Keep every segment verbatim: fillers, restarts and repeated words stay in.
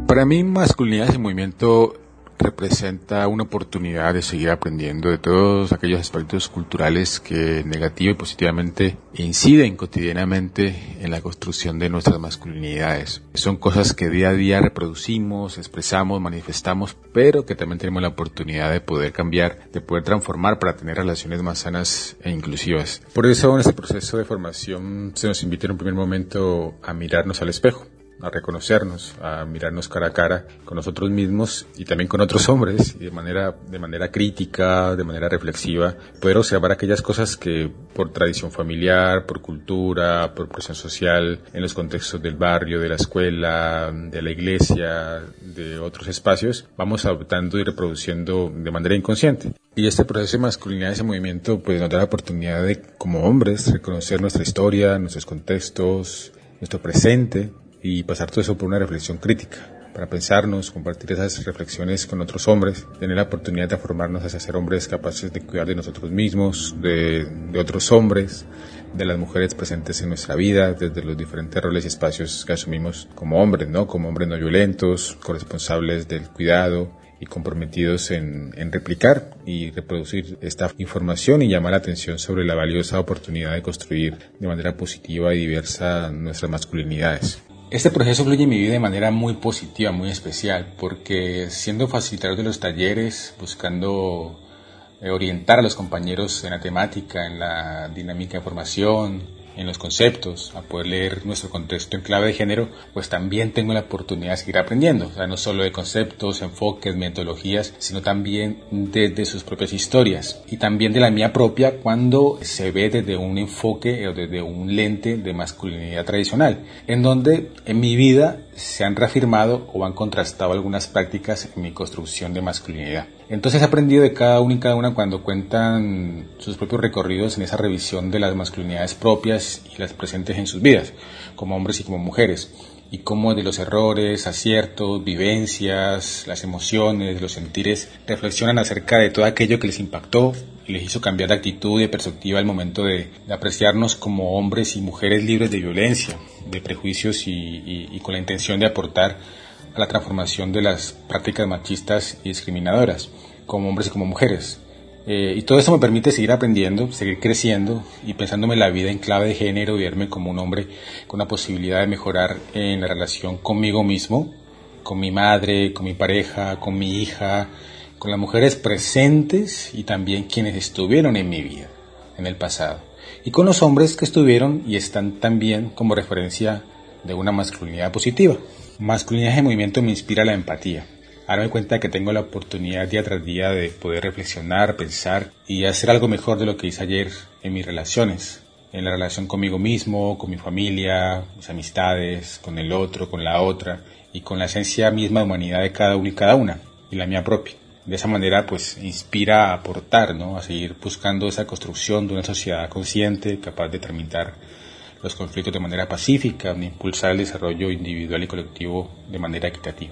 Para mí, masculinidad en movimiento representa una oportunidad de seguir aprendiendo de todos aquellos aspectos culturales que negativa y positivamente inciden cotidianamente en la construcción de nuestras masculinidades. Son cosas que día a día reproducimos, expresamos, manifestamos, pero que también tenemos la oportunidad de poder cambiar, de poder transformar para tener relaciones más sanas e inclusivas. Por eso en este proceso de formación se nos invita en un primer momento a mirarnos al espejo, a reconocernos, a mirarnos cara a cara con nosotros mismos y también con otros hombres, y de manera, de manera crítica, de manera reflexiva, poder observar aquellas cosas que por tradición familiar, por cultura, por presión social, en los contextos del barrio, de la escuela, de la iglesia, de otros espacios, vamos adoptando y reproduciendo de manera inconsciente. Y este proceso de masculinidad, ese movimiento, pues nos da la oportunidad de, como hombres, reconocer nuestra historia, nuestros contextos, nuestro presente, y pasar todo eso por una reflexión crítica, para pensarnos, compartir esas reflexiones con otros hombres, tener la oportunidad de formarnos hacia ser hombres capaces de cuidar de nosotros mismos, de, de otros hombres, de las mujeres presentes en nuestra vida, desde los diferentes roles y espacios que asumimos como hombres, ¿no? Como hombres no violentos, corresponsables del cuidado y comprometidos en, en replicar y reproducir esta información y llamar la atención sobre la valiosa oportunidad de construir de manera positiva y diversa nuestras masculinidades. Este proceso fluye en mi vida de manera muy positiva, muy especial, porque siendo facilitador de los talleres, buscando eh, orientar a los compañeros en la temática, en la dinámica de formación, en los conceptos, a poder leer nuestro contexto en clave de género, pues también tengo la oportunidad de seguir aprendiendo, o sea, no solo de conceptos, enfoques, metodologías, sino también desde de sus propias historias y también de la mía propia cuando se ve desde un enfoque o desde un lente de masculinidad tradicional, en donde en mi vida se han reafirmado o han contrastado algunas prácticas en mi construcción de masculinidad. Entonces he aprendido de cada uno y cada una cuando cuentan sus propios recorridos en esa revisión de las masculinidades propias y las presentes en sus vidas, como hombres y como mujeres, y cómo de los errores, aciertos, vivencias, las emociones, los sentires, reflexionan acerca de todo aquello que les impactó y les hizo cambiar de actitud y de perspectiva al momento de, de apreciarnos como hombres y mujeres libres de violencia, de prejuicios y, y, y con la intención de aportar a la transformación de las prácticas machistas y discriminadoras, como hombres y como mujeres. Eh, y todo eso me permite seguir aprendiendo, seguir creciendo y pensándome la vida en clave de género y verme como un hombre con la posibilidad de mejorar en la relación conmigo mismo, con mi madre, con mi pareja, con mi hija, con las mujeres presentes y también quienes estuvieron en mi vida en el pasado, y con los hombres que estuvieron y están también como referencia de una masculinidad positiva. Masculinidad en movimiento me inspira la empatía. Ahora me cuenta que tengo la oportunidad día tras día de poder reflexionar, pensar y hacer algo mejor de lo que hice ayer en mis relaciones, en la relación conmigo mismo, con mi familia, mis amistades, con el otro, con la otra y con la esencia misma de humanidad de cada uno y cada una y la mía propia. De esa manera pues inspira a aportar, ¿no? A seguir buscando esa construcción de una sociedad consciente, capaz de tramitar los conflictos de manera pacífica, de impulsar el desarrollo individual y colectivo de manera equitativa.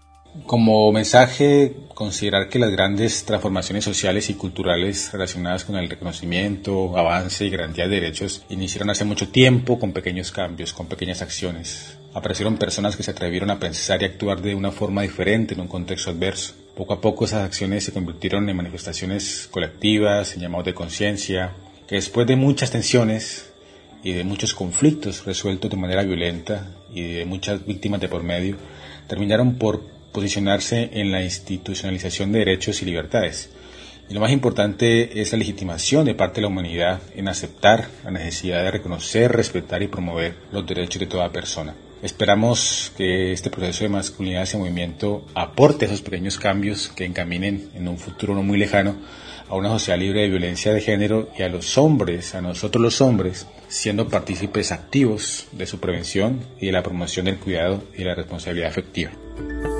Como mensaje, considerar que las grandes transformaciones sociales y culturales relacionadas con el reconocimiento, avance y garantía de derechos iniciaron hace mucho tiempo con pequeños cambios, con pequeñas acciones. Aparecieron personas que se atrevieron a pensar y actuar de una forma diferente en un contexto adverso. Poco a poco esas acciones se convirtieron en manifestaciones colectivas, en llamados de conciencia, que después de muchas tensiones y de muchos conflictos resueltos de manera violenta y de muchas víctimas de por medio, terminaron por posicionarse en la institucionalización de derechos y libertades. Y lo más importante es la legitimación de parte de la humanidad en aceptar la necesidad de reconocer, respetar y promover los derechos de toda persona. Esperamos que este proceso de masculinidad ese movimiento aporte esos pequeños cambios que encaminen en un futuro no muy lejano a una sociedad libre de violencia de género y a los hombres, a nosotros los hombres, siendo partícipes activos de su prevención y de la promoción del cuidado y de la responsabilidad afectiva.